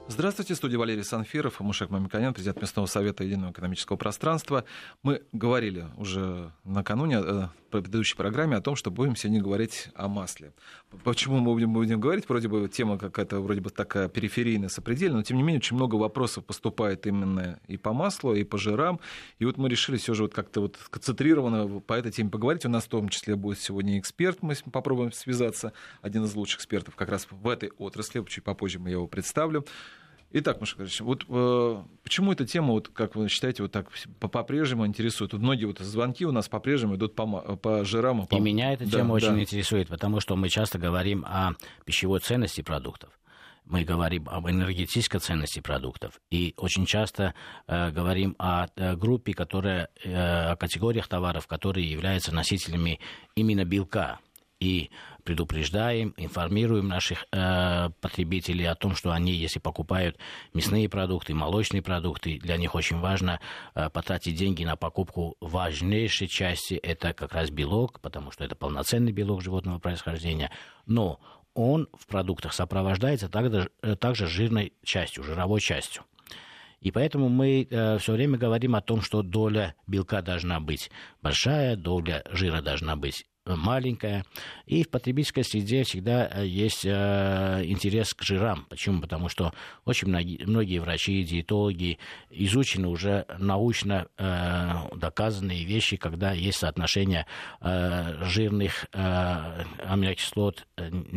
Здравствуйте, в студии Валерий Санфиров, Мушек Мамиканян, президент Местного совета Единого экономического пространства. Мы говорили уже накануне в предыдущей программе о том, что будем сегодня говорить о масле. Почему мы будем говорить? Вроде бы тема какая-то, вроде бы такая периферийная, сопредельная, но тем не менее очень много вопросов поступает именно и по маслу, и по жирам. И вот мы решили все же вот как-то вот концентрированно по этой теме поговорить. У нас в том числе будет сегодня эксперт, мы попробуем связаться, один из лучших экспертов как раз в этой отрасли, чуть попозже я его представлю. Итак, Маша Ильич, вот почему эта тема, вот, как вы считаете, вот так по-прежнему интересует? Вот многие вот звонки у нас по-прежнему идут по жирам. И меня эта тема очень интересует, потому что мы часто говорим о пищевой ценности продуктов. Мы говорим об энергетической ценности продуктов. И очень часто говорим о группе, о категориях товаров, которые являются носителями именно белка. И предупреждаем, информируем наших потребителей о том, что они, если покупают мясные продукты, молочные продукты, для них очень важно потратить деньги на покупку важнейшей части, это как раз белок, потому что это полноценный белок животного происхождения, но он в продуктах сопровождается также жирной частью, жировой частью. И поэтому мы все время говорим о том, что доля белка должна быть большая, доля жира должна быть маленькая. И в потребительской среде всегда есть интерес к жирам. Почему? Потому что очень многие врачи, диетологи изучены уже научно доказанные вещи, когда есть соотношение жирных аминокислот,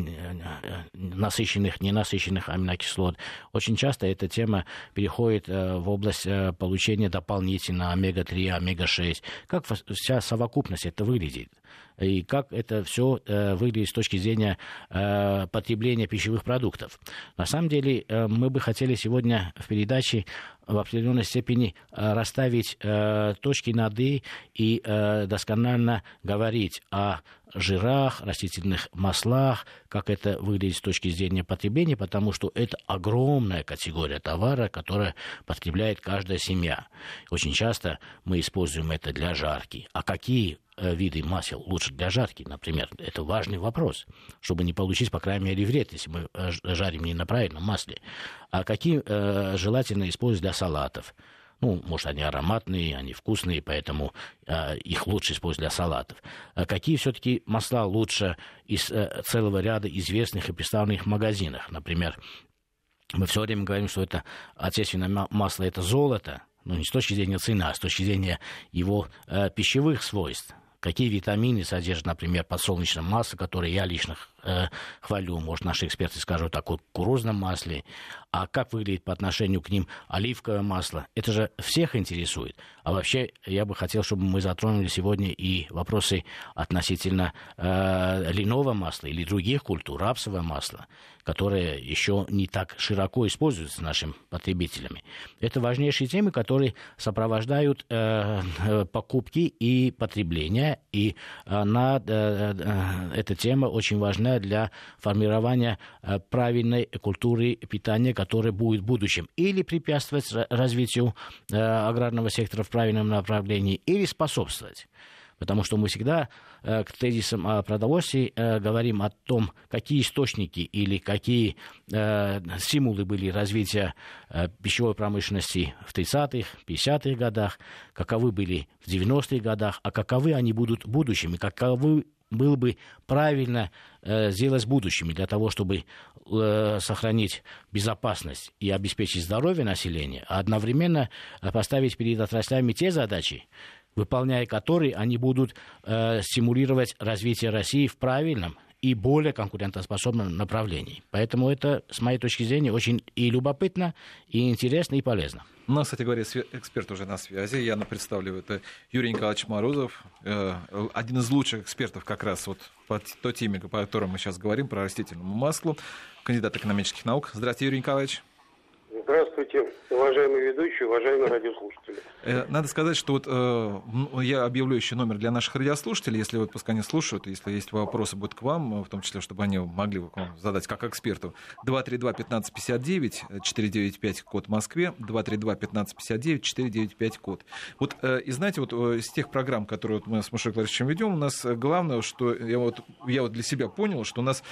насыщенных, ненасыщенных аминокислот. Очень часто эта тема переходит в область получения дополнительно омега-3, омега-6. Как вся совокупность это выглядит? И как это все выглядит с точки зрения потребления пищевых продуктов. На самом деле мы бы хотели сегодня в передаче в определенной степени расставить точки над «и» и досконально говорить о жирах, растительных маслах, как это выглядит с точки зрения потребления, потому что это огромная категория товара, которую потребляет каждая семья. Очень часто мы используем это для жарки. А какие виды масел лучше для жарки, например? Это важный вопрос, чтобы не получить, по крайней мере, вред, если мы жарим не на правильном масле. А какие желательно использовать для салатов? Ну, может, они ароматные, они вкусные, поэтому их лучше использовать для салатов. А какие все-таки масла лучше из целого ряда известных и представленных в магазинах? Например, мы все время говорим, что это отечественное масло – это золото, но не с точки зрения цены, а с точки зрения его пищевых свойств. Какие витамины содержит, например, подсолнечное масло, которое я лично хвалю, может, наши эксперты скажут о кукурузном масле, а как выглядит по отношению к ним оливковое масло. Это же всех интересует. А вообще, я бы хотел, чтобы мы затронули сегодня и вопросы относительно льняного масла или других культур, рапсовое масло, которое еще не так широко используется нашими потребителями. Это важнейшие темы, которые сопровождают покупки и потребление, и эта тема очень важна для формирования правильной культуры питания, которая будет в будущем или препятствовать развитию аграрного сектора в правильном направлении, или способствовать. Потому что мы всегда к тезисам о продовольствии говорим о том, какие источники или какие стимулы были развития пищевой промышленности в 30-х, 50-х годах, каковы были в 90-х годах, а каковы они будут в будущем, и каковы было бы правильно сделать в будущем для того, чтобы сохранить безопасность и обеспечить здоровье населения, а одновременно поставить перед отраслями те задачи, выполняя которые они будут стимулировать развитие России в правильном и более конкурентоспособном направлении. Поэтому это, с моей точки зрения, очень и любопытно, и интересно, и полезно. У нас, кстати говоря, эксперт уже на связи. Я представлю, это Юрий Николаевич Морозов, один из лучших экспертов как раз вот по той теме, по которой мы сейчас говорим, про растительному маслу, кандидат экономических наук. Здравствуйте, Юрий Николаевич. Здравствуйте, уважаемые ведущие, уважаемые радиослушатели. Надо сказать, что вот я объявлю еще номер для наших радиослушателей, если вот пускай они слушают, если есть вопросы будут к вам, в том числе, чтобы они могли вам задать как эксперту. 232-1559, 495, код в Москве, 232-1559, 495, код. Вот, и знаете, вот из тех программ, которые вот мы с Мушей Кларичем ведем, у нас главное, что я вот для себя понял, что у нас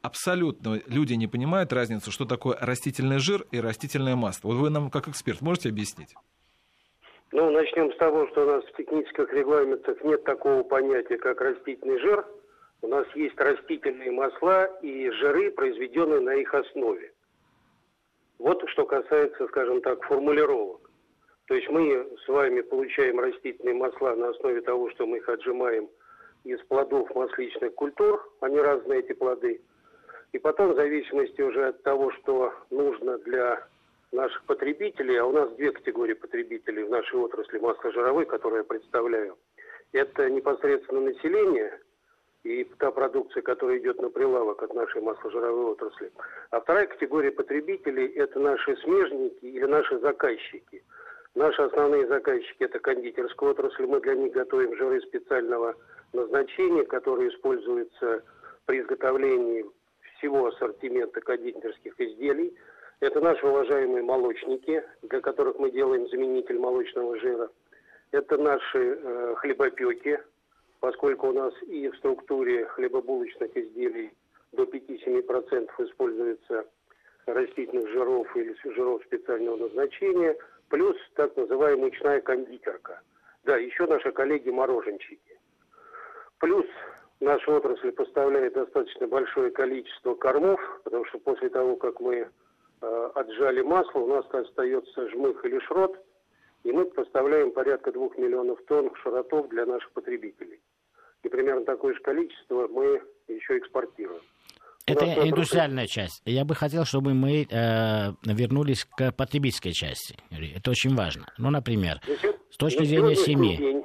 абсолютно люди не понимают разницу, что такое растительный жир и растительное масло. Вот вы нам, как эксперт, можете объяснить? Ну, начнем с того, что у нас в технических регламентах нет такого понятия, как растительный жир. У нас есть растительные масла и жиры, произведенные на их основе. Вот что касается, скажем так, формулировок. То есть мы с вами получаем растительные масла на основе того, что мы их отжимаем из плодов масличных культур, они разные, эти плоды. И потом, в зависимости уже от того, что нужно для наших потребителей, а у нас две категории потребителей в нашей отрасли масложировой, которую я представляю. Это непосредственно население и та продукция, которая идет на прилавок от нашей масложировой отрасли. А вторая категория потребителей – это наши смежники или наши заказчики. Наши основные заказчики – это кондитерская отрасль. Мы для них готовим жиры специального назначения, которые используются при изготовлении всего ассортимента кондитерских изделий. Это наши уважаемые молочники, для которых мы делаем заменитель молочного жира. Это наши хлебопеки, поскольку у нас и в структуре хлебобулочных изделий до 5-7% используется растительных жиров или жиров специального назначения, плюс так называемая мучная кондитерка. Да, еще наши коллеги-мороженщики. Плюс наша отрасль поставляет достаточно большое количество кормов, потому что после того, как мы отжали масло, у нас остается жмых или шрот, и мы поставляем порядка 2 миллионов тонн шротов для наших потребителей. И примерно такое же количество мы еще экспортируем. Это индустриальная часть. Я бы хотел, чтобы мы вернулись к потребительской части. Это очень важно. Ну, например, с точки зрения семьи.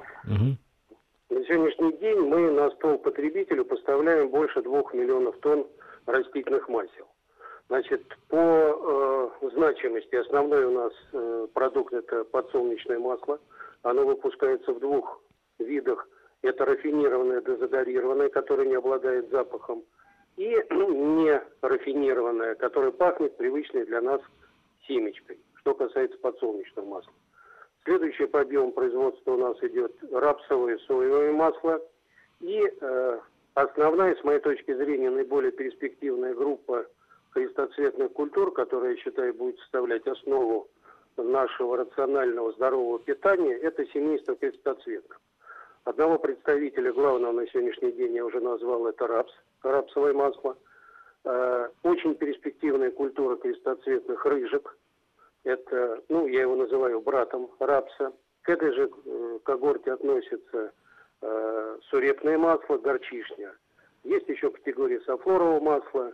На сегодняшний день мы на стол потребителю поставляем больше 2 миллионов тонн растительных масел. Значит, по значимости основной у нас продукт – это подсолнечное масло. Оно выпускается в двух видах. Это рафинированное, дезодорированное, которое не обладает запахом, и не рафинированное, которое пахнет привычной для нас семечкой, что касается подсолнечного масла. Следующее по объему производства у нас идет рапсовое и соевое масло. И основная, с моей точки зрения, наиболее перспективная группа крестоцветных культур, которая, я считаю, будет составлять основу нашего рационального здорового питания, это семейство крестоцветных. Одного представителя главного на сегодняшний день я уже назвал, это рапсовое масло. Очень перспективная культура крестоцветных рыжик. Это, я его называю братом рапса. К этой же когорте относится сурепное масло, горчишня. Есть еще категория софлорового масла.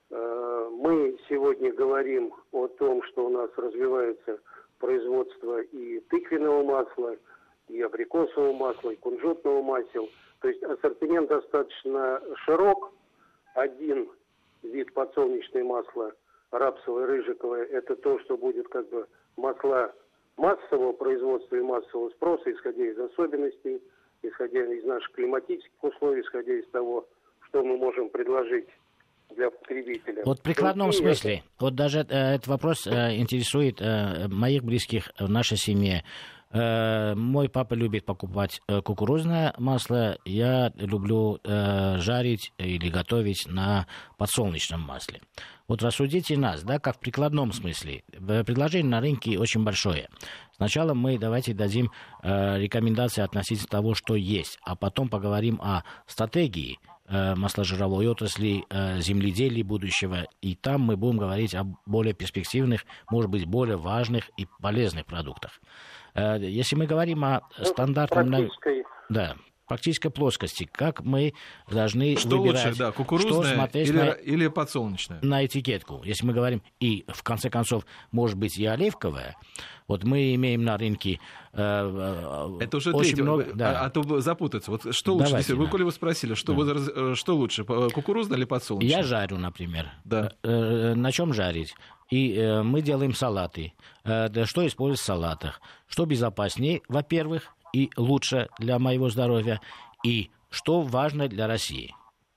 Мы сегодня говорим о том, что у нас развивается производство и тыквенного масла, и абрикосового масла, и кунжутного масел. То есть ассортимент достаточно широк. Один вид подсолнечное масло, рапсовое, рыжиковое, это то, что будет как бы масла массового производства и массового спроса, исходя из особенностей, исходя из наших климатических условий, исходя из того, что мы можем предложить для потребителя. Вот в прикладном смысле, вот даже этот вопрос интересует моих близких в нашей семье. Мой папа любит покупать кукурузное масло, я люблю жарить или готовить на подсолнечном масле. Вот рассудите нас, да, как в прикладном смысле. Предложение на рынке очень большое. Сначала мы давайте дадим рекомендации относительно того, что есть, а потом поговорим о стратегии масложировой отрасли, земледелия будущего, и там мы будем говорить о более перспективных, может быть, более важных и полезных продуктах. Если мы говорим о стандартном... практической плоскости, как мы должны что выбирать... Что лучше, кукурузное или подсолнечное? На этикетку. Если мы говорим, и в конце концов, может быть, и оливковое, вот мы имеем на рынке это уже очень третье, много... А то запутаться. Вот что лучше? Давайте, Коли вы спросили, что лучше, кукурузное или подсолнечное? Я жарю, например. Да. На чем жарить? И мы делаем салаты. Что использовать в салатах? Что безопаснее, во-первых, и лучше для моего здоровья, и что важно для России?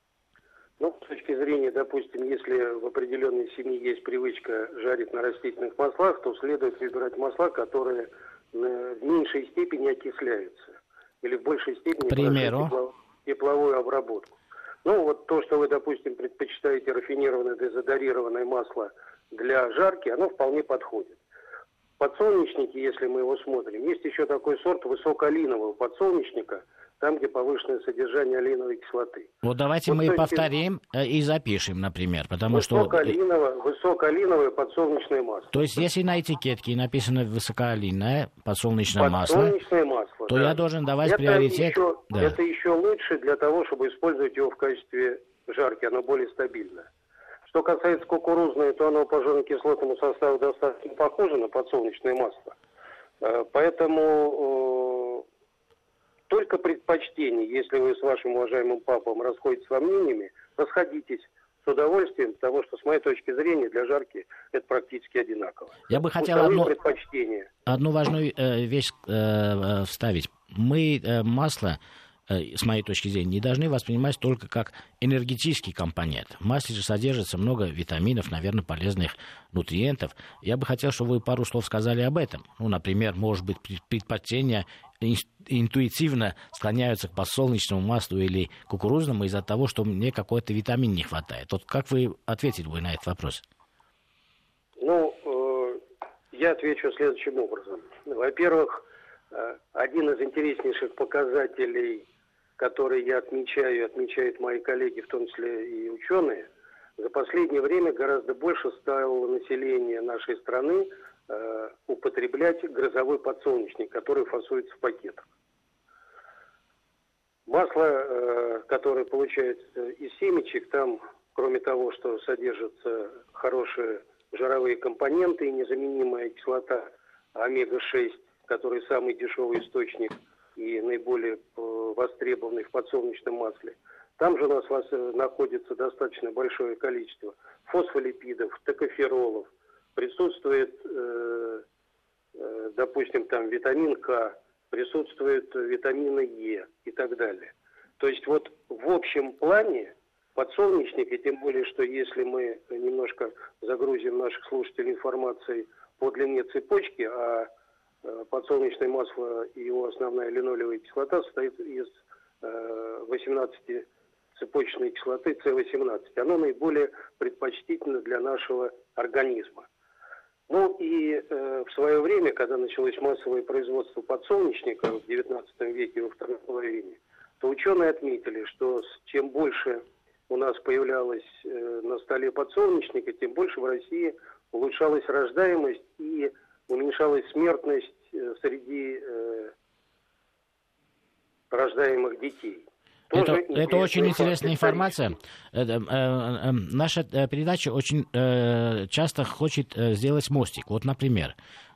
С точки зрения, допустим, если в определенной семье есть привычка жарить на растительных маслах, то следует выбирать масла, которые в меньшей степени окисляются или в большей степени прошли тепловую обработку. Ну, вот то, что вы, допустим, предпочитаете рафинированное дезодорированное масло для жарки, оно вполне подходит. Подсолнечники, если мы его смотрим, есть еще такой сорт высокоалинового подсолнечника, там, где повышенное содержание алиновой кислоты. Вот давайте мы повторим и запишем, например, потому что... Высокоалиновое подсолнечное масло. То есть, если на этикетке написано высокоалиновое подсолнечное масло, то я должен давать приоритет... Это еще лучше для того, чтобы использовать его в качестве жарки, оно более стабильное. Что касается кукурузной, то оно по жирно-кислотному составу достаточно похоже на подсолнечное масло. Поэтому только предпочтение, если вы с вашим уважаемым папом расходитесь во мнениями, расходитесь с удовольствием, потому что, с моей точки зрения, для жарки это практически одинаково. Я бы хотел одну важную вещь вставить. Мы масло, с моей точки зрения, не должны воспринимать только как энергетический компонент. В масле же содержится много витаминов, наверное, полезных нутриентов. Я бы хотел, чтобы вы пару слов сказали об этом. Ну, например, может быть, предпочтения интуитивно склоняются к подсолнечному маслу или кукурузному из-за того, что мне какой-то витамин не хватает. Вот как вы ответили бы на этот вопрос? Ну, я отвечу следующим образом. Во-первых, один из интереснейших показателей, который я отмечаю и отмечают мои коллеги, в том числе и ученые, за последнее время гораздо больше стало население нашей страны употреблять грозовой подсолнечник, который фасуется в пакетах. Масло, которое получается из семечек, там, кроме того, что содержатся хорошие жировые компоненты и незаменимая кислота омега-6, который самый дешевый источник и наиболее востребованный в подсолнечном масле. Там же у нас находится достаточно большое количество фосфолипидов, токоферолов. Присутствует, допустим, там витамин К, присутствует витамины Е и так далее. То есть вот в общем плане подсолнечник, и тем более, что если мы немножко загрузим наших слушателей информацией по длине цепочки, а подсолнечное масло и его основная линолевая кислота состоит из 18-цепочечной кислоты С18. Оно наиболее предпочтительно для нашего организма. Ну и в свое время, когда началось массовое производство подсолнечника в XIX веке, во второй половине, то ученые отметили, что чем больше у нас появлялось на столе подсолнечника, тем больше в России улучшалась рождаемость и уменьшалась смертность среди рождаемых детей. Это очень интересная информация. Наша передача очень часто хочет сделать мостик. Вот, например,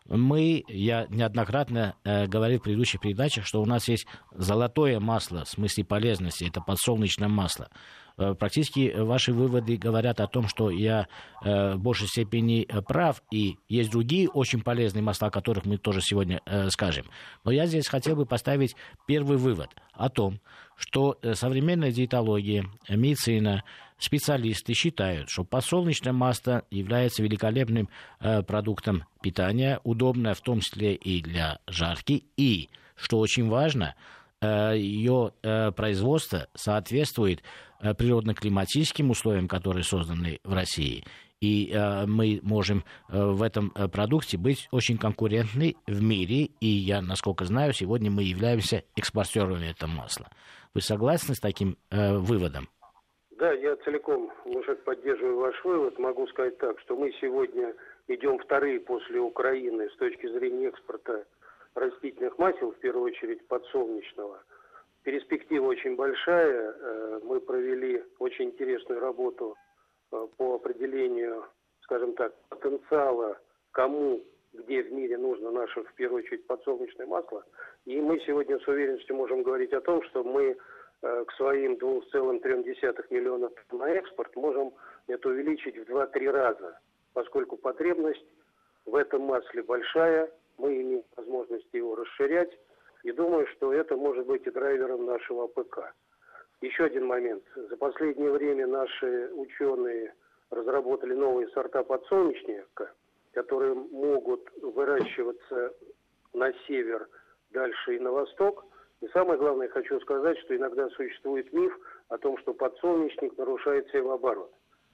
я неоднократно говорил в предыдущих передачах, что у нас есть золотое масло, в смысле полезности, это подсолнечное масло. Практически ваши выводы говорят о том, что я в большей степени прав, и есть другие очень полезные масла, о которых мы тоже сегодня скажем. Но я здесь хотел бы поставить первый вывод о том, что современная диетология, медицина, специалисты считают, что подсолнечное масло является великолепным продуктом питания, удобное в том числе и для жарки, и, что очень важно, ее производство соответствует природно-климатическим условиям, которые созданы в России. И мы можем в этом продукте быть очень конкурентны в мире. И я, насколько знаю, сегодня мы являемся экспортерами этого масла. Вы согласны с таким выводом? Да, я целиком, Мушек, поддерживаю ваш вывод. Могу сказать так, что мы сегодня идем вторые после Украины с точки зрения экспорта растительных масел, в первую очередь подсолнечного. Перспектива очень большая. Мы провели очень интересную работу по определению, скажем так, потенциала, кому, где в мире нужно наше, в первую очередь, подсолнечное масло. И мы сегодня с уверенностью можем говорить о том, что мы к своим 2,3 миллиона тонн на экспорт можем это увеличить в 2-3 раза, поскольку потребность в этом масле большая, мы имеем возможность его расширять, и думаю, что это может быть и драйвером нашего АПК. Еще один момент. За последнее время наши ученые разработали новые сорта подсолнечника, которые могут выращиваться на север, дальше и на восток. И самое главное, хочу сказать, что иногда существует миф о том, что подсолнечник нарушает севооборот.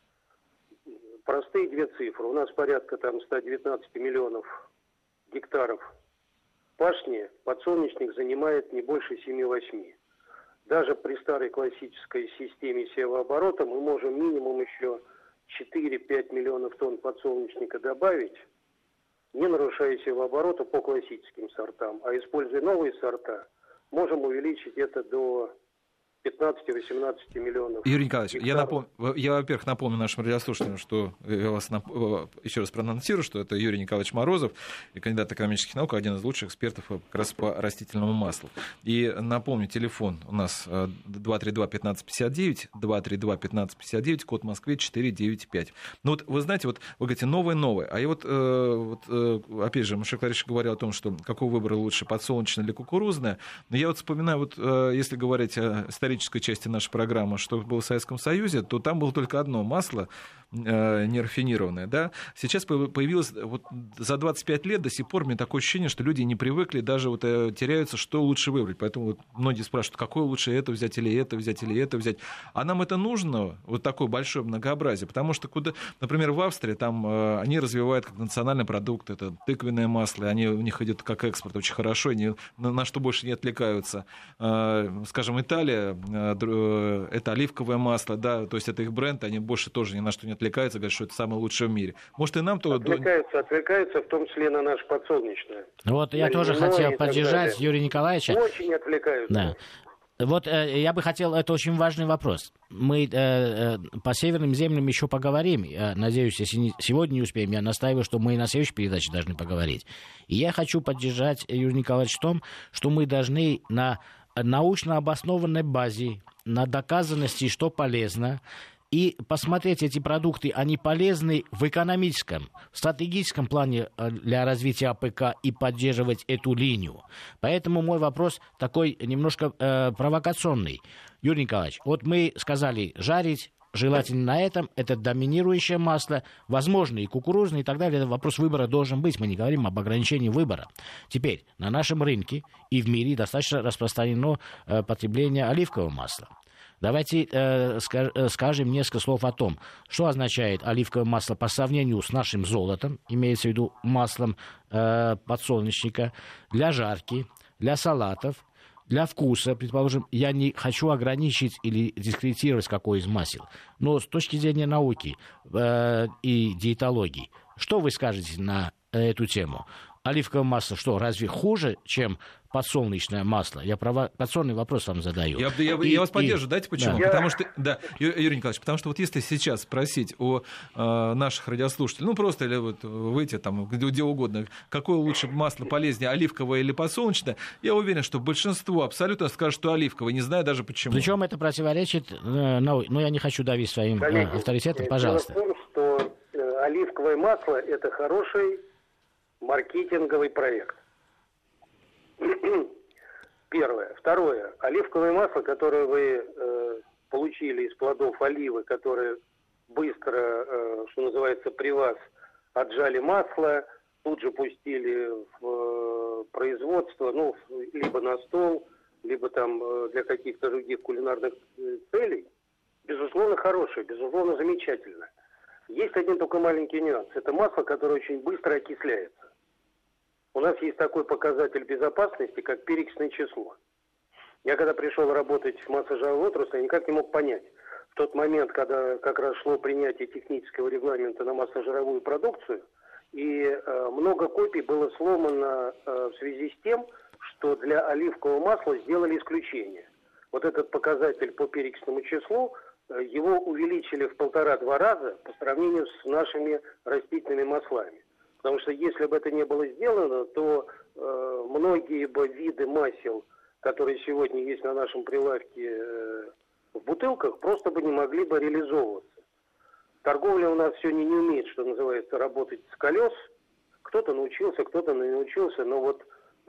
Простые две цифры. У нас порядка 119 миллионов гектаров пашни, подсолнечник занимает не больше 7-8. Даже при старой классической системе севооборота мы можем минимум еще 4-5 миллионов тонн подсолнечника добавить, не нарушая севооборота по классическим сортам, а используя новые сорта, можем увеличить это до 15-18 миллионов. Юрий Николаевич, я, во-первых, напомню нашим радиослушателям, что я вас еще раз проанонсирую, что это Юрий Николаевич Морозов, кандидат экономических наук, один из лучших экспертов как раз по растительному маслу. И напомню, телефон у нас 232-1559, 232-1559, код Москвы 495. Ну вот вы знаете, вот вы говорите новое, а я вот опять же, Мушек Ларисович говорил о том, что какой выбор лучше, подсолнечное или кукурузное, но я вот вспоминаю, вот если говорить о исторической части нашей программы, что было в Советском Союзе, то там было только одно масло нерафинированное, да. Сейчас появилось, вот за 25 лет до сих пор, мне такое ощущение, что люди не привыкли, даже вот теряются, что лучше выбрать. Поэтому вот многие спрашивают, какое лучше, это взять или это взять, или это взять. А нам это нужно, вот такое большое многообразие, потому что, например, в Австрии, там они развивают как национальный продукт, это тыквенное масло, у них идет как экспорт очень хорошо, они на что больше не отвлекаются. Скажем, Италия, это оливковое масло, да, то есть это их бренд, они больше тоже ни на что не отвлекаются, говорят, что это самое лучшее в мире. Может, и нам то... Отвлекаются в том числе на наше подсолнечное. Вот я тоже хотел поддержать Юрия Николаевича. Очень отвлекаются. Да. Вот я бы хотел, это очень важный вопрос. Мы по северным землям еще поговорим. Я надеюсь, если сегодня не успеем, я настаиваю, что мы и на следующей передаче должны поговорить. И я хочу поддержать Юрия Николаевича в том, что мы должны на научно обоснованной базе, на доказанности, что полезно, и посмотреть, эти продукты, они полезны в экономическом, в стратегическом плане для развития АПК и поддерживать эту линию. Поэтому мой вопрос такой немножко провокационный. Юрий Николаевич, вот мы сказали жарить, желательно на этом, это доминирующее масло, возможно, и кукурузное, и так далее. Вопрос выбора должен быть, мы не говорим об ограничении выбора. Теперь, на нашем рынке и в мире достаточно распространено потребление оливкового масла. Давайте скажем несколько слов о том, что означает оливковое масло по сравнению с нашим золотом, имеется в виду маслом подсолнечника, для жарки, для салатов, для вкуса, предположим, я не хочу ограничить или дискредитировать какое из масел, но с точки зрения науки и диетологии, что вы скажете на эту тему? Оливковое масло что, разве хуже, чем подсолнечное масло? Я провокационный вопрос вам задаю. Я вас поддержу. Знаете почему? Потому что, да, Юрий Николаевич, потому что вот если сейчас спросить о наших радиослушателей, ну просто или вот выйти там где угодно, какое лучше масло полезнее, оливковое или подсолнечное, я уверен, что большинство абсолютно скажет, что оливковое, не знаю даже почему. Причем это противоречит, но я не хочу давить своим авторитетом, пожалуйста. Дело в том, что оливковое масло – это хороший маркетинговый проект. Первое. Второе. Оливковое масло, которое вы получили из плодов оливы, которые быстро, что называется, при вас отжали масло, тут же пустили в производство, ну, либо на стол, либо там для каких-то других кулинарных целей, безусловно, хорошее, безусловно, замечательно. Есть один только маленький нюанс. Это масло, которое очень быстро окисляется. У нас есть такой показатель безопасности, как перекисное число. Я когда пришел работать в масложировую отрасль, я никак не мог понять. В тот момент, когда как раз шло принятие технического регламента на масложировую продукцию, и много копий было сломано в связи с тем, что для оливкового масла сделали исключение. Вот этот показатель по перекисному числу, его увеличили в 1,5-2 раза по сравнению с нашими растительными маслами. Потому что если бы это не было сделано, то многие бы виды масел, которые сегодня есть на нашем прилавке в бутылках, просто бы не могли бы реализовываться. Торговля у нас сегодня не умеет, что называется, работать с колес. Кто-то научился, кто-то не научился, но вот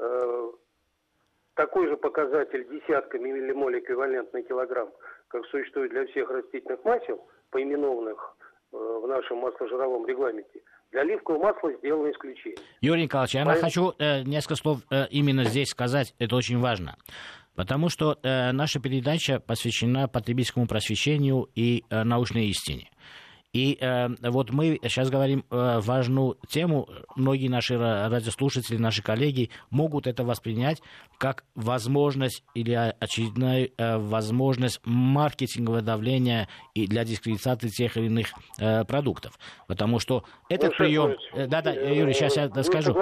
такой же показатель десятками миллимоль эквивалент на килограмм, как существует для всех растительных масел, поименованных в нашем масложировом регламенте, для оливкового масла сделано исключение. Юрий Николаевич, я хочу несколько слов именно здесь сказать, это очень важно. Потому что наша передача посвящена потребительскому просвещению и научной истине. И вот мы сейчас говорим важную тему. Многие наши радиослушатели, наши коллеги могут это воспринять как возможность или очередная возможность маркетингового давления и для дискредитации тех или иных продуктов. Потому что этот прием... Да-да, Юрий, сейчас я скажу.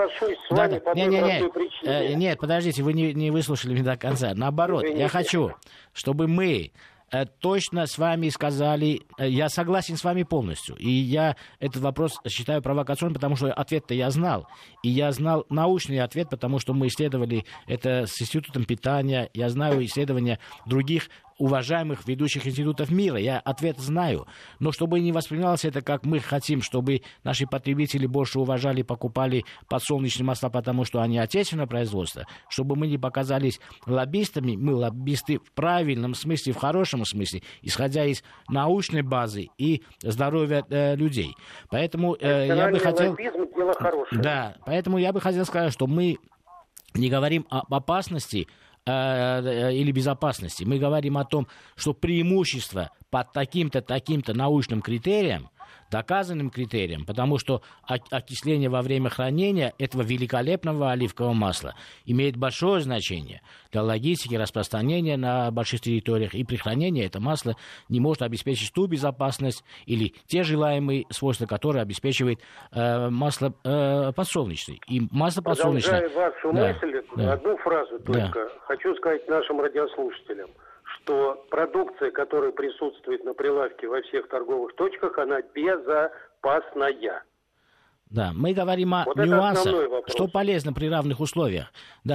Нет, подождите, вы не выслушали меня до конца. Наоборот, я хочу, чтобы мы... точно с вами сказали, я согласен с вами полностью. И я этот вопрос считаю провокационным, потому что ответ-то я знал. И я знал научный ответ, потому что мы исследовали это с Институтом питания. Я знаю исследования других уважаемых ведущих институтов мира. Я ответ знаю. Но чтобы не воспринималось это, как мы хотим, чтобы наши потребители больше уважали, покупали подсолнечные масла, потому что они отечественного производства, чтобы мы не показались лоббистами, мы лоббисты в правильном смысле, в хорошем смысле, исходя из научной базы и здоровья людей. Поэтому я бы хотел... Да, поэтому я бы хотел сказать, что мы не говорим об опасности или безопасности. Мы говорим о том, что преимущество по таким-то научным критериям, доказанным критериям, потому что окисление во время хранения этого великолепного оливкового масла имеет большое значение для логистики, распространения на больших территориях, и при хранении это масло не может обеспечить ту безопасность или те желаемые свойства, которые обеспечивает масло подсолнечное. И масло подсолнечное... Продолжая вашу мысль, одну фразу только хочу сказать нашим радиослушателям, что продукция, которая присутствует на прилавке во всех торговых точках, она безопасная. Да, мы говорим о нюансах, что полезно при равных условиях. Да,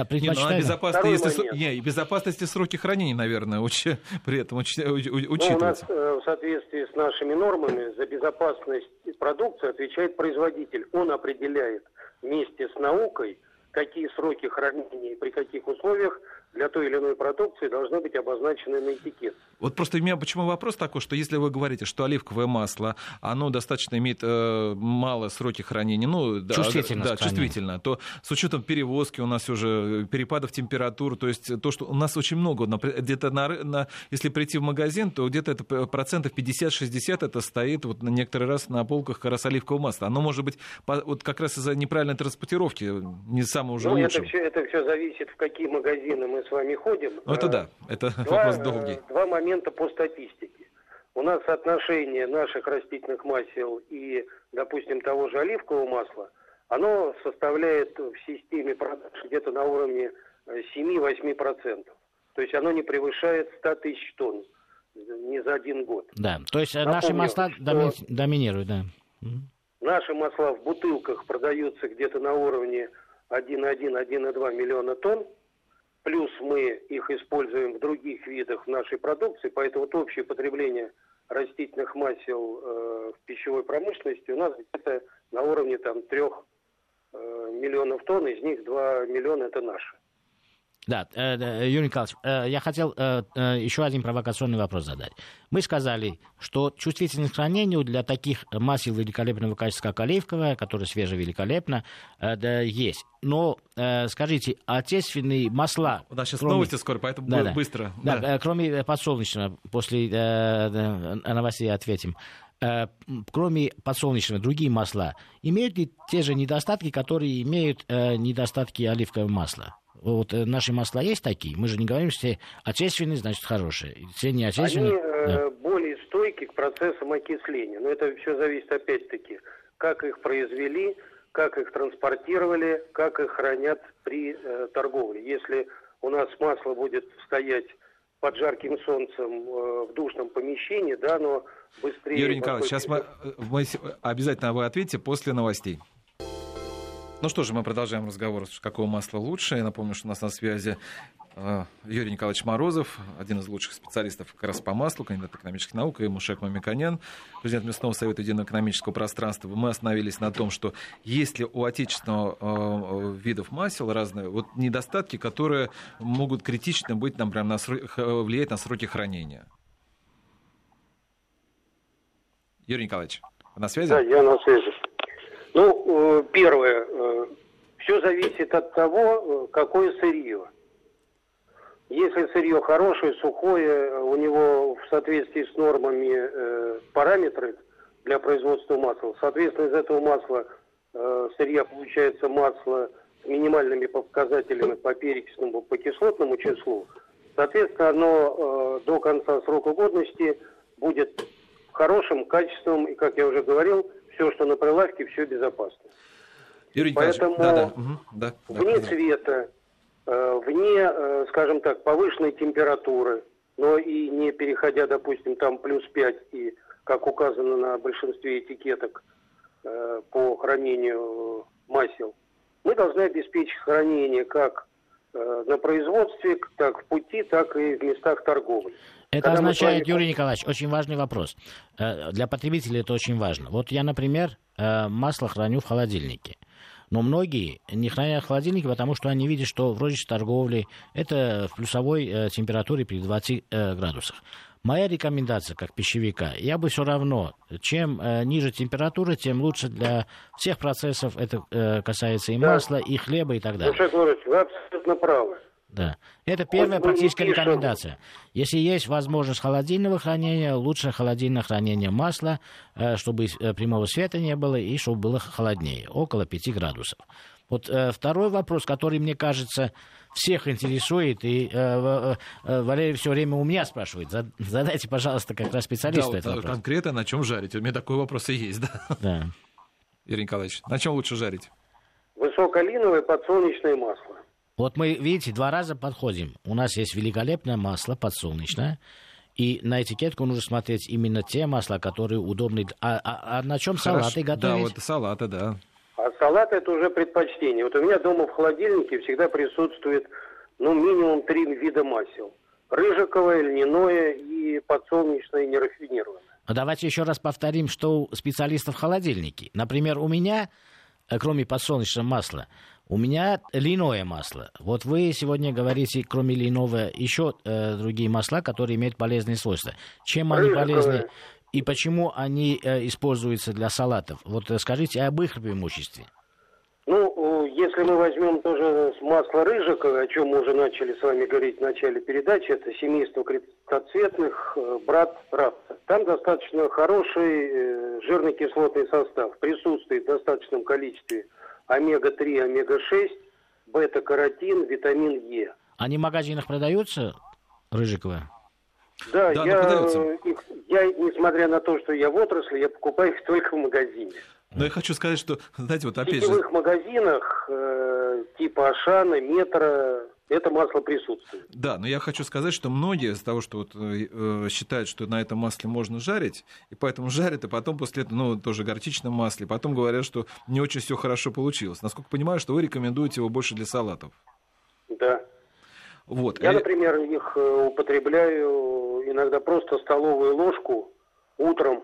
безопасности сроки хранения, наверное, при этом учитываются. У нас в соответствии с нашими нормами за безопасность продукции отвечает производитель. Он определяет вместе с наукой, какие сроки хранения и при каких условиях для той или иной продукции должны быть обозначены на этикетке. Вот просто у меня почему вопрос такой, что если вы говорите, что оливковое масло, оно достаточно имеет мало сроки хранения, чувствительно, то с учетом перевозки у нас уже перепадов температур, то есть то, что у нас очень много, где-то если прийти в магазин, то где-то это 50-60% это стоит вот на некоторый раз на полках как раз оливкового масла. Оно может быть вот как раз из-за неправильной транспортировки не самого уже лучшего. Это все зависит, в какие магазины мы с вами ходим. Это да, это вопрос долгий. Два момента по статистике. У нас соотношение наших растительных масел и, допустим, того же оливкового масла, оно составляет в системе продаж где-то на уровне 7-8%. То есть оно не превышает 100 тысяч тонн не за один год. Да, то есть наши масла доминируют, да. Наши масла в бутылках продаются где-то на уровне 1,1-1,2 миллиона тонн. Плюс мы их используем в других видах нашей продукции, поэтому вот общее потребление растительных масел в пищевой промышленности у нас где-то на уровне 3 миллионов тонн, из них 2 миллиона это наши. Да, Юрий Николаевич, я хотел еще один провокационный вопрос задать. Мы сказали, что чувствительность к хранению для таких масел великолепного качества, как оливковое, которое свеже великолепно, есть. Но скажите, отечественные масла... У нас сейчас новости скоро, поэтому быстро. Да, кроме подсолнечного, после новостей ответим. Кроме подсолнечного, другие масла, имеют ли те же недостатки, которые имеют недостатки оливкового масла? Вот наши масла есть такие? Мы же не говорим, что отечественные, значит, хорошие. Все не отечественные. Они более стойки к процессам окисления. Но это все зависит, опять-таки, как их произвели, как их транспортировали, как их хранят при торговле. Если у нас масло будет стоять под жарким солнцем в душном помещении, да, но быстрее... Юрий Николаевич, сейчас мы обязательно вы ответите после новостей. Ну что же, мы продолжаем разговор, какое масло лучше. Я напомню, что у нас на связи Юрий Николаевич Морозов, один из лучших специалистов как раз по маслу, кандидат экономических наук, и Мушек Мамиканян, президент Местного совета единого экономического пространства. Мы остановились на том, что есть ли у отечественного видов масел разные вот недостатки, которые могут критично быть, например, влиять на сроки хранения. Юрий Николаевич, вы на связи? Да, я на связи. Ну, первое, все зависит от того, какое сырье. Если сырье хорошее, сухое, у него в соответствии с нормами параметры для производства масла, соответственно, из этого масла сырья получается масло с минимальными показателями по перекисному, по кислотному числу. Соответственно, оно до конца срока годности будет хорошим, качественным, и, как я уже говорил, все, что на прилавке, все безопасно. Юрий Николаевич, поэтому вне цвета, вне, скажем так, повышенной температуры, но и не переходя, допустим, там плюс 5, и, как указано на большинстве этикеток по хранению масел, мы должны обеспечить хранение как на производстве, так в пути, так и в местах торговли. Это означает, Юрий Николаевич, очень важный вопрос. Для потребителей это очень важно. Вот я, например, масло храню в холодильнике. Но многие не хранят в холодильнике, потому что они видят, что в розничной торговле это в плюсовой температуре при 20 градусах. Моя рекомендация как пищевика, я бы все равно, чем ниже температура, тем лучше для всех процессов. Это касается и масла, и хлеба, и так далее. Александр Владимирович, вы абсолютно правы. Да. Это первая практическая рекомендация. Если есть возможность холодильного хранения, лучше холодильное хранение масла, чтобы прямого света не было и чтобы было холоднее, около 5 градусов. Вот второй вопрос, который, мне кажется, всех интересует, и Валерий все время у меня спрашивает. Задайте, пожалуйста, как раз специалисту да, этот вопрос. Конкретно на чем жарить? У меня такой вопрос и есть, да. Юрий Николаевич, на чем лучше жарить? Высоколиновое подсолнечное масло. Вот мы, видите, 2 раза подходим. У нас есть великолепное масло подсолнечное, и на этикетку нужно смотреть именно те масла, которые удобны. А на чем салаты готовить? Да, вот салаты, да. А салат — это уже предпочтение. Вот у меня дома в холодильнике всегда присутствует, минимум 3 вида масел. Рыжиковое, льняное и подсолнечное нерафинированное. А давайте еще раз повторим, что у специалистов в холодильнике. Например, у меня, кроме подсолнечного масла, у меня льняное масло. Вот вы сегодня говорите, кроме льняного, еще другие масла, которые имеют полезные свойства. Чем они полезны и почему они используются для салатов? Вот скажите об их преимуществе. Если мы возьмем тоже масло рыжиковое, о чем мы уже начали с вами говорить в начале передачи, это семейство крестоцветных, брат рапса. Там достаточно хороший жирный кислотный состав. Присутствует в достаточном количестве омега-3, омега-6, бета-каротин, витамин Е. Они в магазинах продаются, рыжиковые? Да, я, несмотря на то, что я в отрасли, я покупаю их только в магазине. Но я хочу сказать, что, знаете, вот опять же... В сетевых магазинах типа Ашана, Метро, это масло присутствует. Да, но я хочу сказать, что многие из того, что считают, что на этом масле можно жарить, и поэтому жарят, и потом после этого, тоже горчичном масле, потом говорят, что не очень все хорошо получилось. Насколько понимаю, что вы рекомендуете его больше для салатов. Да. Вот. Я, например, их употребляю иногда просто столовую ложку утром.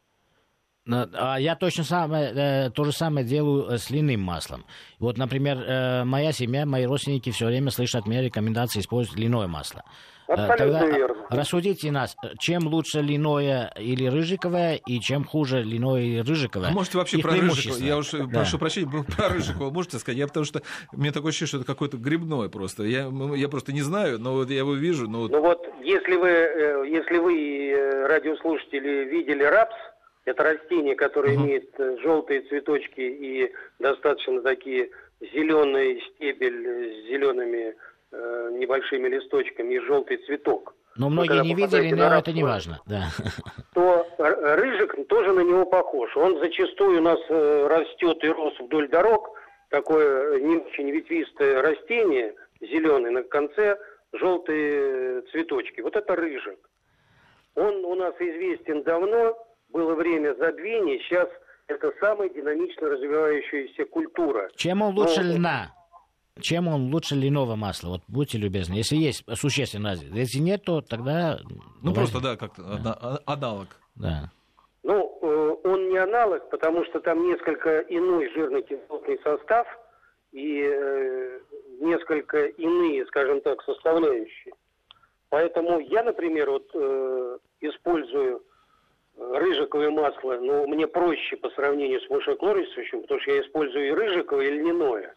А я то же самое делаю с льняным маслом. Вот, например, моя семья, мои родственники все время слышат от меня рекомендации использовать льняное масло. Абсолютно верно. Рассудите нас, чем лучше льняное или рыжиковое, и чем хуже льняное или рыжиковое. А можете вообще про рыжиковое? Я уж прошу прощения, про рыжиковое можете сказать? Потому что мне такое ощущение, что это какое-то грибное просто. Я просто не знаю, но вот я его вижу. Если вы, радиослушатели, видели рапс, это растение, которое имеет желтые цветочки и достаточно такие зеленый стебель с зелеными небольшими листочками и желтый цветок. Но многие не видели, но это не важно. Да. То рыжик тоже на него похож. Он зачастую у нас растет и рос вдоль дорог. Такое не очень ветвистое растение, зеленый, на конце желтые цветочки. Вот это рыжик. Он у нас известен давно. Было время забвения, сейчас это самая динамично развивающаяся культура. Чем он лучше льна? Чем он лучше льняного масла? Вот будьте любезны. Если есть существенная разница. Если нет, то тогда... просто, как-то аналог. Да. Он не аналог, потому что там несколько иной жирно-кислотный состав и несколько иные, скажем так, составляющие. Поэтому я, например, использую рыжиковое масло, мне проще по сравнению с мышеклористующим, потому что я использую и рыжиковое, и льняное.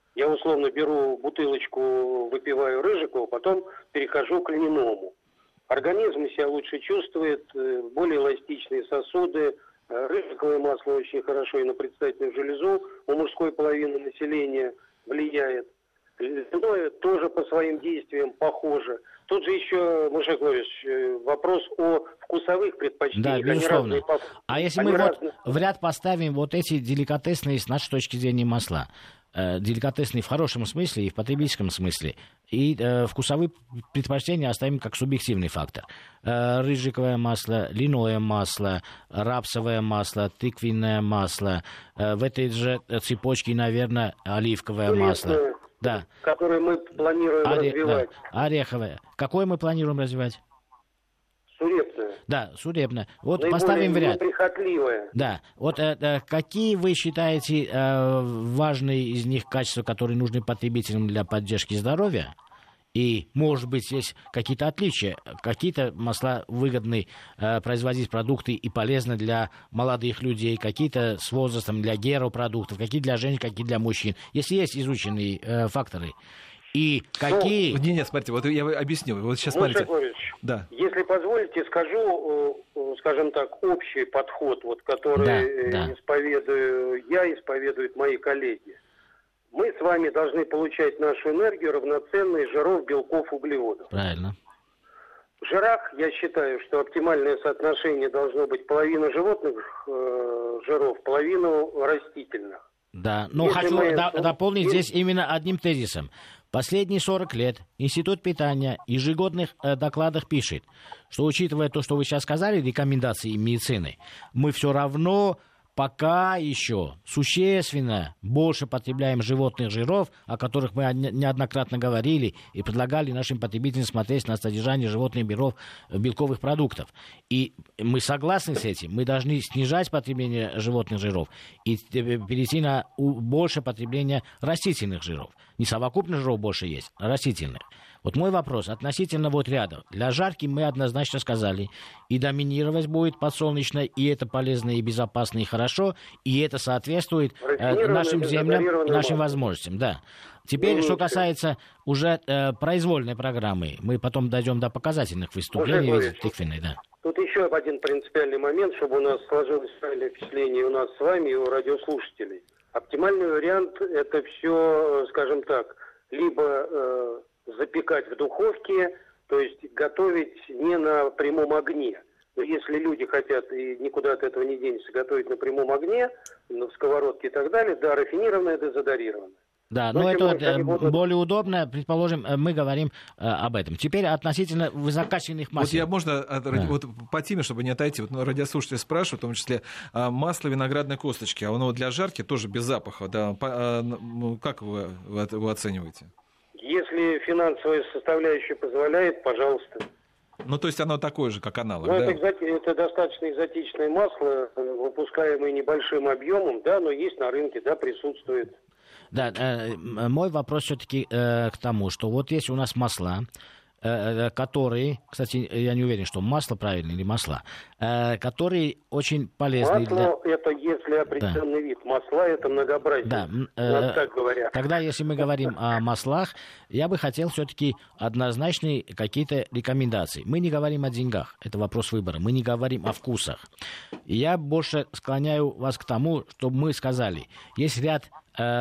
Я условно беру бутылочку, выпиваю рыжикова, потом перехожу к льняному. Организм себя лучше чувствует, более эластичные сосуды. Рыжиковое масло очень хорошо и на предстательную железу у мужской половины населения влияет. Льняное тоже по своим действиям похоже. Тут же еще, Мушек Владимирович, вопрос о вкусовых предпочтениях. Да, безусловно. А если мы вот в ряд поставим вот эти деликатесные, с нашей точки зрения, масла, деликатесные в хорошем смысле и в потребительском смысле, и вкусовые предпочтения оставим как субъективный фактор. Рыжиковое масло, льняное масло, рапсовое масло, тыквенное масло, в этой же цепочке, наверное, оливковое масло. Да. Которые мы планируем развивать. Да. Ореховое. Какое мы планируем развивать? Сурепное. Да, сурепное. Вот наиболее поставим в ряд. Неприхотливое. Да. Вот какие вы считаете важные из них качества, которые нужны потребителям для поддержки здоровья? И, может быть, есть какие-то отличия. Какие-то масла выгодны производить продукты и полезны для молодых людей, какие-то с возрастом для геропродуктов, какие для женщин, какие для мужчин. Если есть изученные факторы. И какие... Нет, смотрите, вот я объясню. Вот сейчас смотрите. Да. Если позволите, скажу, скажем так, общий подход, вот, который исповедую я, исповедуют мои коллеги. Мы с вами должны получать нашу энергию равноценно из жиров, белков, углеводов. Правильно. В жирах я считаю, что оптимальное соотношение должно быть половина животных жиров, половину растительных. Да, но хочу дополнить здесь именно одним тезисом. Последние 40 лет Институт питания в ежегодных докладах пишет, что, учитывая то, что вы сейчас сказали, рекомендации медицины, мы все равно... Пока еще существенно больше потребляем животных жиров, о которых мы неоднократно говорили и предлагали нашим потребителям смотреть на содержание животных белковых продуктов. И мы согласны с этим. Мы должны снижать потребление животных жиров и перейти на больше потребление растительных жиров. Не совокупных жиров больше есть, а растительных. Вот мой вопрос относительно вот ряда. Для жарки мы однозначно сказали, и доминировать будет подсолнечное, и это полезно, и безопасно, и хорошо, и это соответствует нашим землям и нашим возможностям. Да. Теперь, что касается уже произвольной программы, мы потом дойдем до показательных выступлений тыквенной, да. Тут еще один принципиальный момент, чтобы у нас сложилось правильное впечатление у нас с вами и у радиослушателей. Оптимальный вариант — это все, скажем так, либо запекать в духовке, то есть готовить не на прямом огне. Но если люди хотят, и никуда от этого не денешься, готовить на прямом огне, в сковородке и так далее, да, рафинированное, дозадарированное. Да, но это более удобно, предположим, мы говорим об этом. Теперь относительно высококачественных масел. Вот я можно вот по теме, чтобы не отойти, вот радиослушатели спрашивают, в том числе масло виноградной косточки, а оно для жарки тоже без запаха, да, как вы его оцениваете? Если финансовая составляющая позволяет, пожалуйста. Ну, то есть оно такое же, как аналог, да? Это достаточно экзотичное масло, выпускаемое небольшим объемом, да, но есть на рынке, да, присутствует. Да, мой вопрос все-таки к тому, что вот есть у нас масла, которые, кстати, я не уверен, что масло правильно или масла, которые очень полезны. Масло это если определенный вид, масла это многообразие. Да, так говорят. Тогда, если мы говорим о маслах, я бы хотел все-таки однозначные какие-то рекомендации. Мы не говорим о деньгах, это вопрос выбора, мы не говорим о вкусах. Я больше склоняю вас к тому, чтобы мы сказали, есть ряд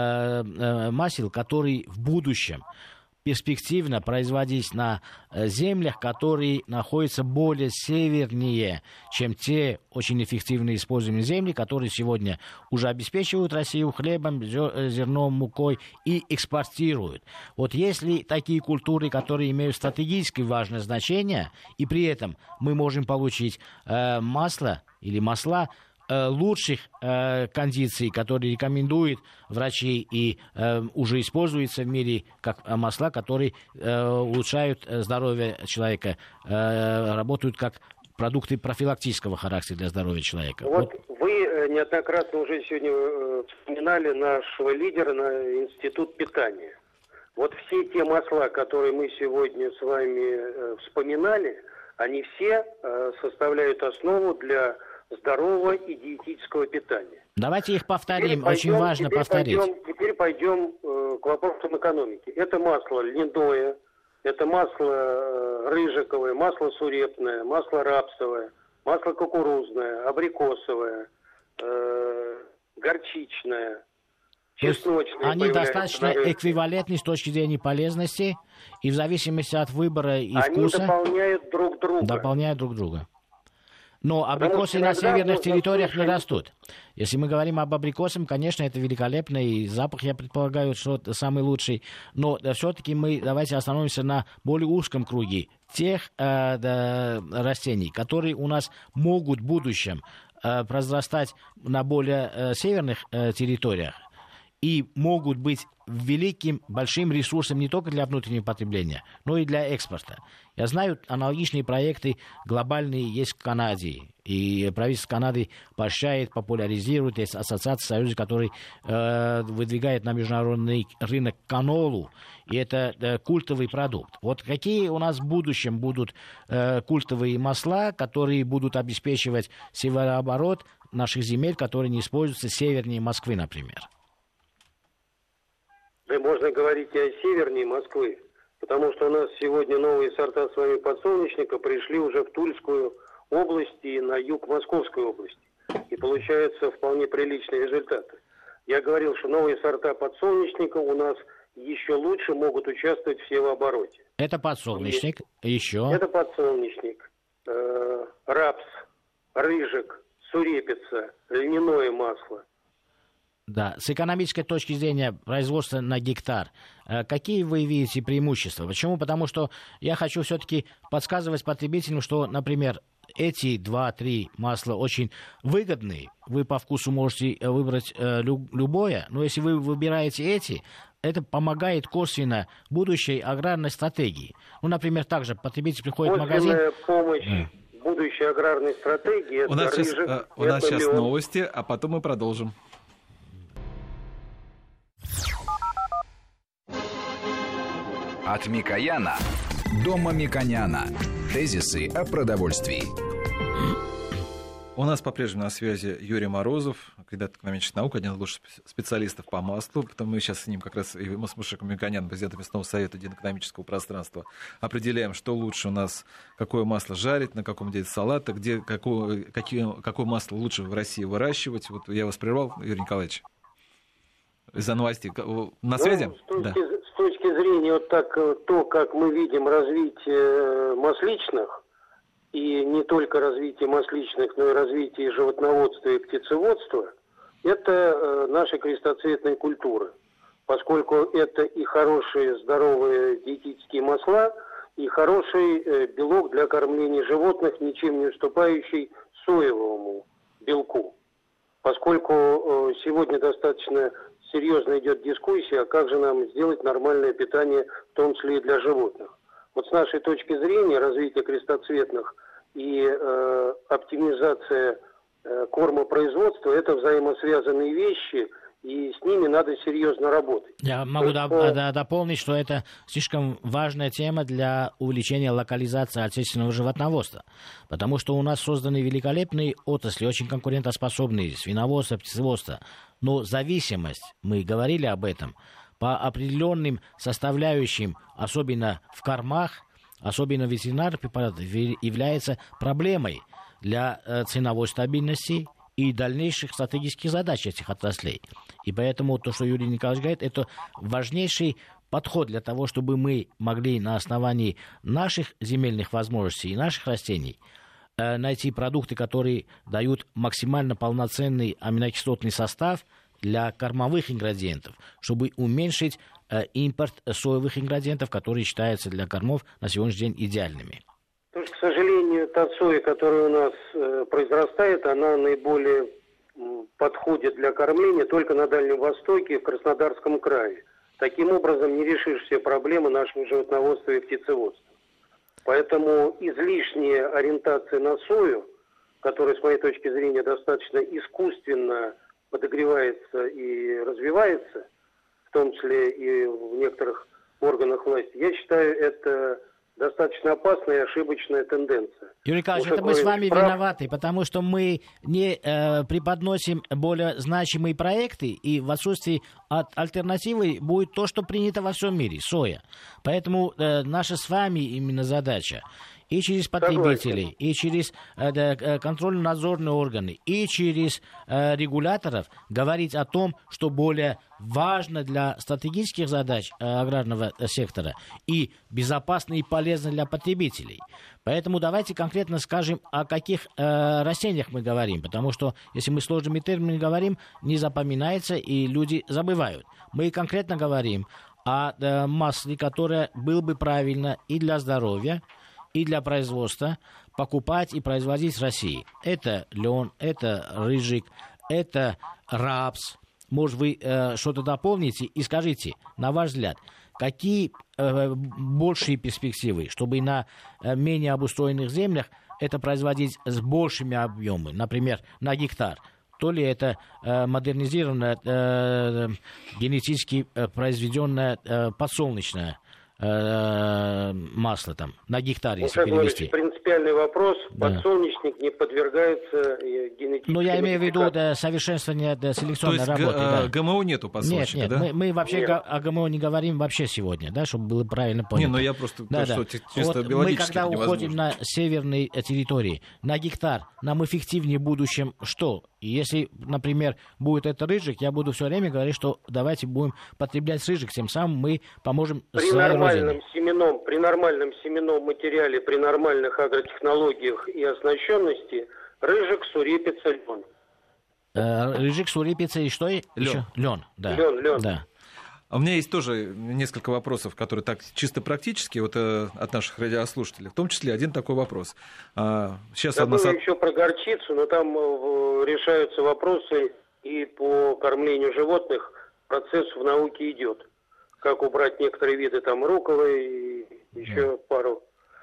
масел, которые в будущем перспективно производить на землях, которые находятся более севернее, чем те очень эффективно используемые земли, которые сегодня уже обеспечивают Россию хлебом, зерном, мукой и экспортируют. Вот если такие культуры, которые имеют стратегически важное значение, и при этом мы можем получить масло или масла лучших кондиций, которые рекомендуют врачи и уже используются в мире как масла, которые улучшают здоровье человека, работают как продукты профилактического характера для здоровья человека. Вот вы неоднократно уже сегодня вспоминали нашего лидера на Институт питания. Вот все те масла, которые мы сегодня с вами вспоминали, они все составляют основу для здорового и диетического питания. Давайте их повторим, очень важно повторить. Теперь пойдем к вопросам экономики. Это масло льняное, это масло рыжиковое, масло сурепное, масло рапсовое, масло кукурузное, абрикосовое, горчичное, чесночное. Они достаточно эквивалентны с точки зрения полезности, и в зависимости от выбора и вкуса... Они дополняют друг друга. Дополняют друг друга. Но абрикосы на северных территориях не растут. Если мы говорим об абрикосах, конечно, это великолепно, и запах, я предполагаю, что самый лучший. Но все-таки мы давайте остановимся на более узком круге тех растений, которые у нас могут в будущем произрастать на более северных территориях и могут быть великим, большим ресурсом не только для внутреннего потребления, но и для экспорта. Я знаю, аналогичные проекты глобальные есть в Канаде. И правительство Канады поощряет, популяризирует. Есть ассоциация союза, который выдвигает на международный рынок канолу. И это культовый продукт. Вот какие у нас в будущем будут культовые масла, которые будут обеспечивать северооборот наших земель, которые не используются севернее Москвы, например? Да, можно говорить и о севернее Москвы, потому что у нас сегодня новые сорта с вами подсолнечника пришли уже в Тульскую область и на юг Московской области. И получаются вполне приличные результаты. Я говорил, что новые сорта подсолнечника у нас еще лучше могут участвовать в севообороте. Это подсолнечник, еще? Это подсолнечник, рапс, рыжик, сурепица, льняное масло. Да, с экономической точки зрения производства на гектар, какие вы видите преимущества? Почему? Потому что я хочу все-таки подсказывать потребителям, что, например, эти 2-3 масла очень выгодные. Вы по вкусу можете выбрать любое, но если вы выбираете эти, это помогает косвенно будущей аграрной стратегии. Ну, например, также потребитель приходит в магазин... Помощь будущей аграрной стратегии. У нас сейчас новости, а потом мы продолжим. От Микояна до Мамиконяна. Тезисы о продовольствии. У нас по-прежнему на связи Юрий Морозов, кандидат экономических наук, один из лучших специалистов по маслу. Потом мы сейчас с ним как раз, и мы с Мушеком Мамиконяном, президентом местного совета экономического пространства, определяем, что лучше у нас, какое масло жарить, на каком деле салата, где, какое масло лучше в России выращивать. Вот я вас прервал, Юрий Николаевич, из-за новостей. На связи? С точки зрения вот так, то, как мы видим развитие масличных, и не только развитие масличных, но и развитие животноводства и птицеводства, это наши крестоцветные культуры. Поскольку это и хорошие здоровые диетические масла, и хороший белок для кормления животных, ничем не уступающий соевому белку. Поскольку сегодня достаточно серьезно идет дискуссия, как же нам сделать нормальное питание, в том числе и для животных. Вот с нашей точки зрения развитие крестоцветных и оптимизация кормопроизводства – это взаимосвязанные вещи, и с ними надо серьезно работать. Я могу дополнить, что это слишком важная тема для увеличения локализации отечественного животноводства, потому что у нас созданы великолепные отрасли, очень конкурентоспособные, свиноводство, птицеводство, но зависимость, мы говорили об этом, по определенным составляющим, особенно в кормах, особенно ветеринарных препаратов, является проблемой для ценовой стабильности и дальнейших стратегических задач этих отраслей. И поэтому то, что Юрий Николаевич говорит, это важнейший подход для того, чтобы мы могли на основании наших земельных возможностей и наших растений найти продукты, которые дают максимально полноценный аминокислотный состав для кормовых ингредиентов, чтобы уменьшить импорт соевых ингредиентов, которые считаются для кормов на сегодняшний день идеальными. Потому что, к сожалению, та соя, которая у нас произрастает, она наиболее подходит для кормления только на Дальнем Востоке и в Краснодарском крае. Таким образом, не решишь все проблемы нашего животноводства и птицеводства. Поэтому излишняя ориентация на сою, которая, с моей точки зрения, достаточно искусственно подогревается и развивается, в том числе и в некоторых органах власти, я считаю, это достаточно опасная и ошибочная тенденция. Юрий Николаевич, это мы с вами виноваты, потому что мы не преподносим более значимые проекты, и в отсутствии альтернативы будет то, что принято во всем мире, соя. Поэтому наша с вами именно задача и через потребителей, и через контрольно-надзорные органы, и через регуляторов говорить о том, что более важно для стратегических задач аграрного сектора и безопасно и полезно для потребителей. Поэтому давайте конкретно скажем, о каких растениях мы говорим, потому что если мы сложными терминами говорим, не запоминается и люди забывают. Мы конкретно говорим о масле, которое было бы правильно и для здоровья, и для производства покупать и производить в России. Это лен, это рыжик, это рапс. Может, вы что-то дополните и скажите, на ваш взгляд, какие большие перспективы, чтобы на менее обустроенных землях это производить с большими объемами, например, на гектар? То ли это модернизированное, генетически произведенное подсолнечное масло там на гектар, если перевести. Принципиальный вопрос. Да. Подсолнечник не подвергается генетической. Ну, я имею в виду совершенствование селекционной работы. ГМО нету подсолнечника, нет, да? Мы вообще о ГМО не говорим вообще сегодня, да, чтобы было правильно понято. Не, ну я просто чисто биологически мы когда уходим на северные территории, на гектар, нам эффективнее в будущем что? И если, например, будет это рыжик, я буду все время говорить, что давайте будем потреблять рыжик, тем самым мы поможем своей родине. При нормальном семенном материале, при нормальных агротехнологиях и оснащенности рыжик, сурепица, лен. Рыжик, сурепица и что? Еще? Лен, да. Лен. Да. У меня есть тоже несколько вопросов, которые так чисто практически от наших радиослушателей. В том числе один такой вопрос. Сейчас еще про горчицу, но там решаются вопросы и по кормлению животных. Процесс в науке идет. Как убрать некоторые виды там руколы и еще пару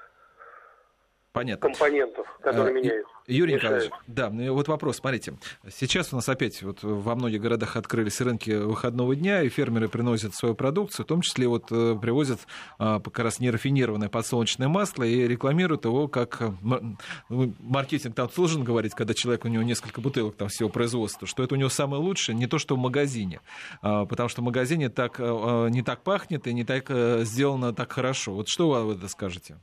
компонентов, которые меняют. Юрий Николаевич, да, вот вопрос, смотрите. Сейчас у нас опять вот во многих городах открылись рынки выходного дня, и фермеры приносят свою продукцию, в том числе вот привозят как раз нерафинированное подсолнечное масло и рекламируют его как маркетинг там должен говорить, когда человек, у него несколько бутылок там всего производства, что это у него самое лучшее, не то, что в магазине, потому что в магазине не так пахнет и не так сделано так хорошо. Вот что вы это скажете?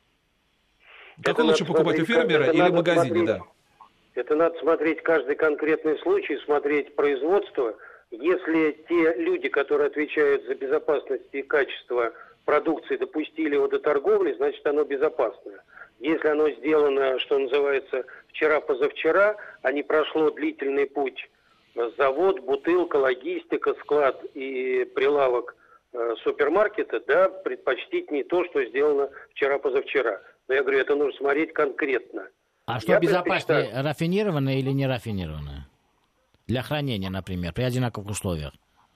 Какой лучше покупать, у фермера или в магазине? Да. Это надо смотреть каждый конкретный случай, смотреть производство. Если те люди, которые отвечают за безопасность и качество продукции, допустили его до торговли, значит оно безопасное. Если оно сделано, что называется, вчера-позавчера, а не прошло длительный путь, завод, бутылка, логистика, склад и прилавок супермаркета, да, предпочтить не то, что сделано вчера-позавчера. Но я говорю, это нужно смотреть конкретно. А что безопаснее, рафинированное или не рафинированное? Для хранения, например, при одинаковых условиях.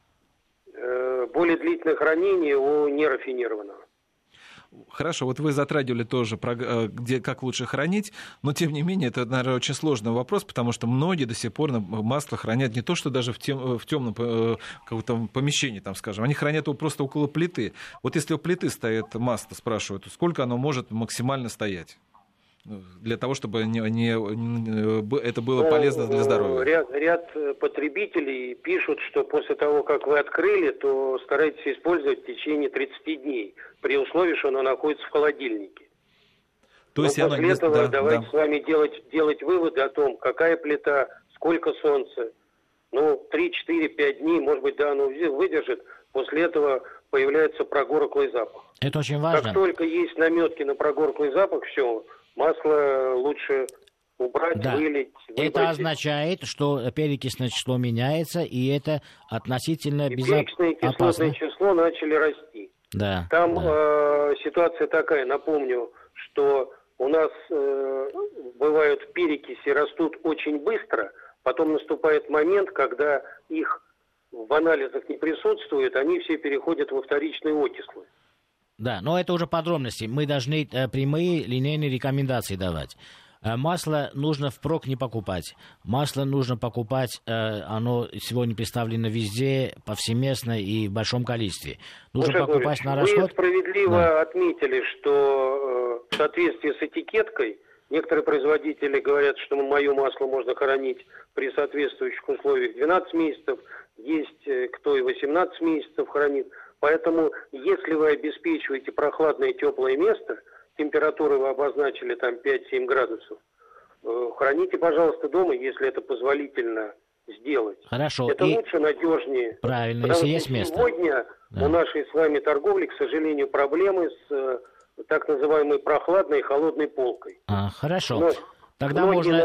Более длительное хранение у нерафинированного. Хорошо, вот вы затрагивали тоже, как лучше хранить, но тем не менее это, наверное, очень сложный вопрос, потому что многие до сих пор масло хранят не то, что даже в темном каком-то помещении, там, скажем, они хранят его просто около плиты. Вот если у плиты стоит масло, спрашивают, сколько оно может максимально стоять? Для того, чтобы это было полезно для здоровья. Ряд потребителей пишут, что после того, как вы открыли, то старайтесь использовать в течение 30 дней, при условии, что оно находится в холодильнике. То есть после этого давайте с вами делать выводы о том, какая плита, сколько солнца. 3, 4, 5 дней, может быть, да, оно выдержит. После этого появляется прогорклый запах. Это очень важно. Как только есть наметки на прогорклый запах, все, масло лучше убрать, вылить. Это означает, что перекисное число меняется, и это относительно безопасно. Перекисное и кислотное число начали расти. Да. Там ситуация такая, напомню, что у нас бывают перекиси, растут очень быстро, потом наступает момент, когда их в анализах не присутствует, они все переходят во вторичные окислы. Да, но это уже подробности. Мы должны прямые линейные рекомендации давать. Масло нужно впрок не покупать. Масло нужно покупать, оно сегодня представлено везде, повсеместно и в большом количестве. Нужно покупать на расход. Вы справедливо отметили, что в соответствии с этикеткой некоторые производители говорят, что мое масло можно хранить при соответствующих условиях 12 месяцев, есть кто и 18 месяцев хранит. Поэтому, если вы обеспечиваете прохладное и теплое место, температуры вы обозначили там 5-7 градусов, храните, пожалуйста, дома, если это позволительно сделать. Хорошо. Это лучше, надежнее. Правильно, потому если есть что место. Сегодня у нашей с вами торговли, к сожалению, проблемы с так называемой прохладной и холодной полкой. Хорошо. Но тогда можно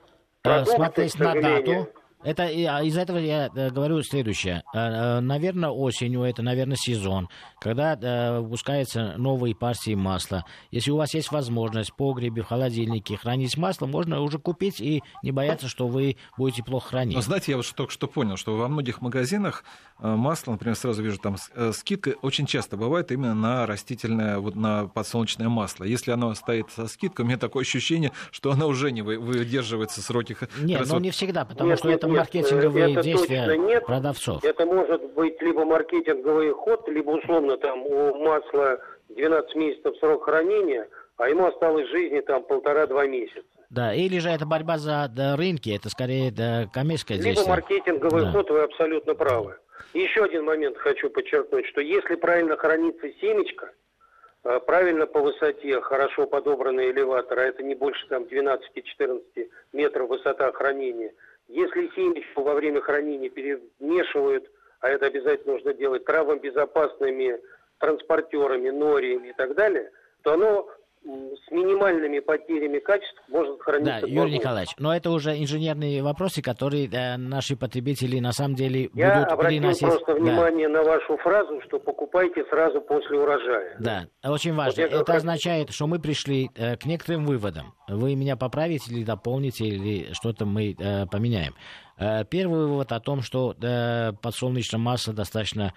смотреть на сожалению, дату. Из-за этого я говорю следующее. Наверное, осенью, это, наверное, сезон, когда выпускаются новые партии масла. Если у вас есть возможность в погребе, в холодильнике хранить масло, можно уже купить и не бояться, что вы будете плохо хранить. Но знаете, я вот только что понял, что во многих магазинах масло, например, сразу вижу, там скидка очень часто бывает именно на растительное, вот на подсолнечное масло. Если оно стоит со скидкой, у меня такое ощущение, что оно уже не выдерживается сроки. Нет, но не всегда, потому что это маркетинговые действия продавцов. Это может быть либо маркетинговый ход, либо условно там у масла 12 месяцев срок хранения, а ему осталось жизни там 1,5-2 месяца. Да, или же это борьба за рынки, это скорее коммерческое действие. Либо маркетинговый ход, вы абсолютно правы. Еще один момент хочу подчеркнуть, что если правильно хранится семечко, правильно по высоте, хорошо подобранный элеватор, а это не больше там 12-14 метров высота хранения, если семечку во время хранения перемешивают, а это обязательно нужно делать травмобезопасными транспортерами, нориями и так далее, то оно с минимальными потерями качества может храниться. Да, Юрий Николаевич, но это уже инженерные вопросы, которые наши потребители на самом деле будут переносить. Я обратил просто внимание на вашу фразу, что покупайте сразу после урожая. Да, очень важно. Вот это означает, что мы пришли к некоторым выводам. Вы меня поправите или дополните, или что-то мы поменяем. Первый вывод о том, что подсолнечное масло достаточно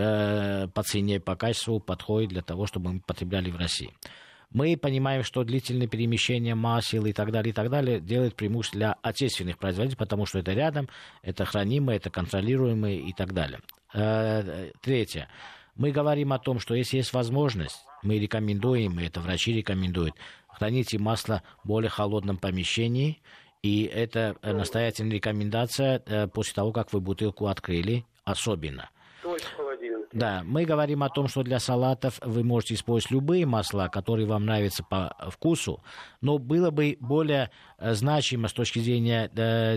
по цене, по качеству подходит для того, чтобы мы потребляли в России. Мы понимаем, что длительное перемещение масел и так далее делает преимущество для отечественных производителей, потому что это рядом, это хранимо, это контролируемо и так далее. Третье. Мы говорим о том, что если есть возможность, мы рекомендуем, и это врачи рекомендуют, храните масло в более холодном помещении, и это настоятельная рекомендация после того, как вы бутылку открыли, особенно. Да, мы говорим о том, что для салатов вы можете использовать любые масла, которые вам нравятся по вкусу, но было бы более значимо с точки зрения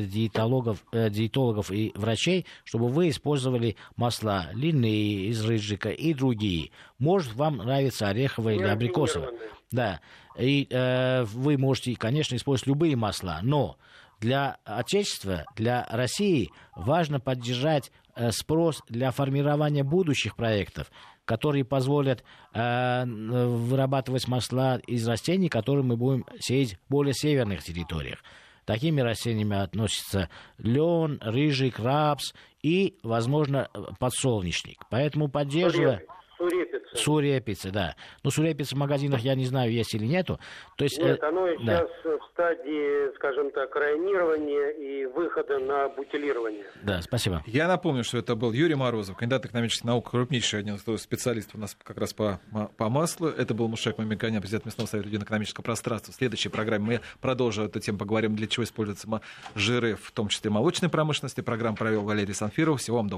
диетологов и врачей, чтобы вы использовали масла льняные, из рыжика и другие. Может, вам нравится ореховое или абрикосовое. Да, и вы можете, конечно, использовать любые масла, но для Отечества, для России важно поддержать спрос для формирования будущих проектов, которые позволят вырабатывать масла из растений, которые мы будем сеять в более северных территориях. Такими растениями относятся лен, рыжик, рапс и, возможно, подсолнечник. Поэтому поддерживая... Сурепица, да. Ну, сурепица в магазинах, я не знаю, есть или нету. То есть, нет, оно сейчас в стадии, скажем так, районирования и выхода на бутилирование. Да, спасибо. Я напомню, что это был Юрий Морозов, кандидат экономических наук, крупнейший один из специалистов у нас как раз по маслу. Это был Мушек Мамиканян, президент Местного совета экономического пространства. В следующей программе мы продолжим эту тему, поговорим, для чего используются жиры, в том числе молочной промышленности. Программу провел Валерий Санфиров. Всего вам доброго.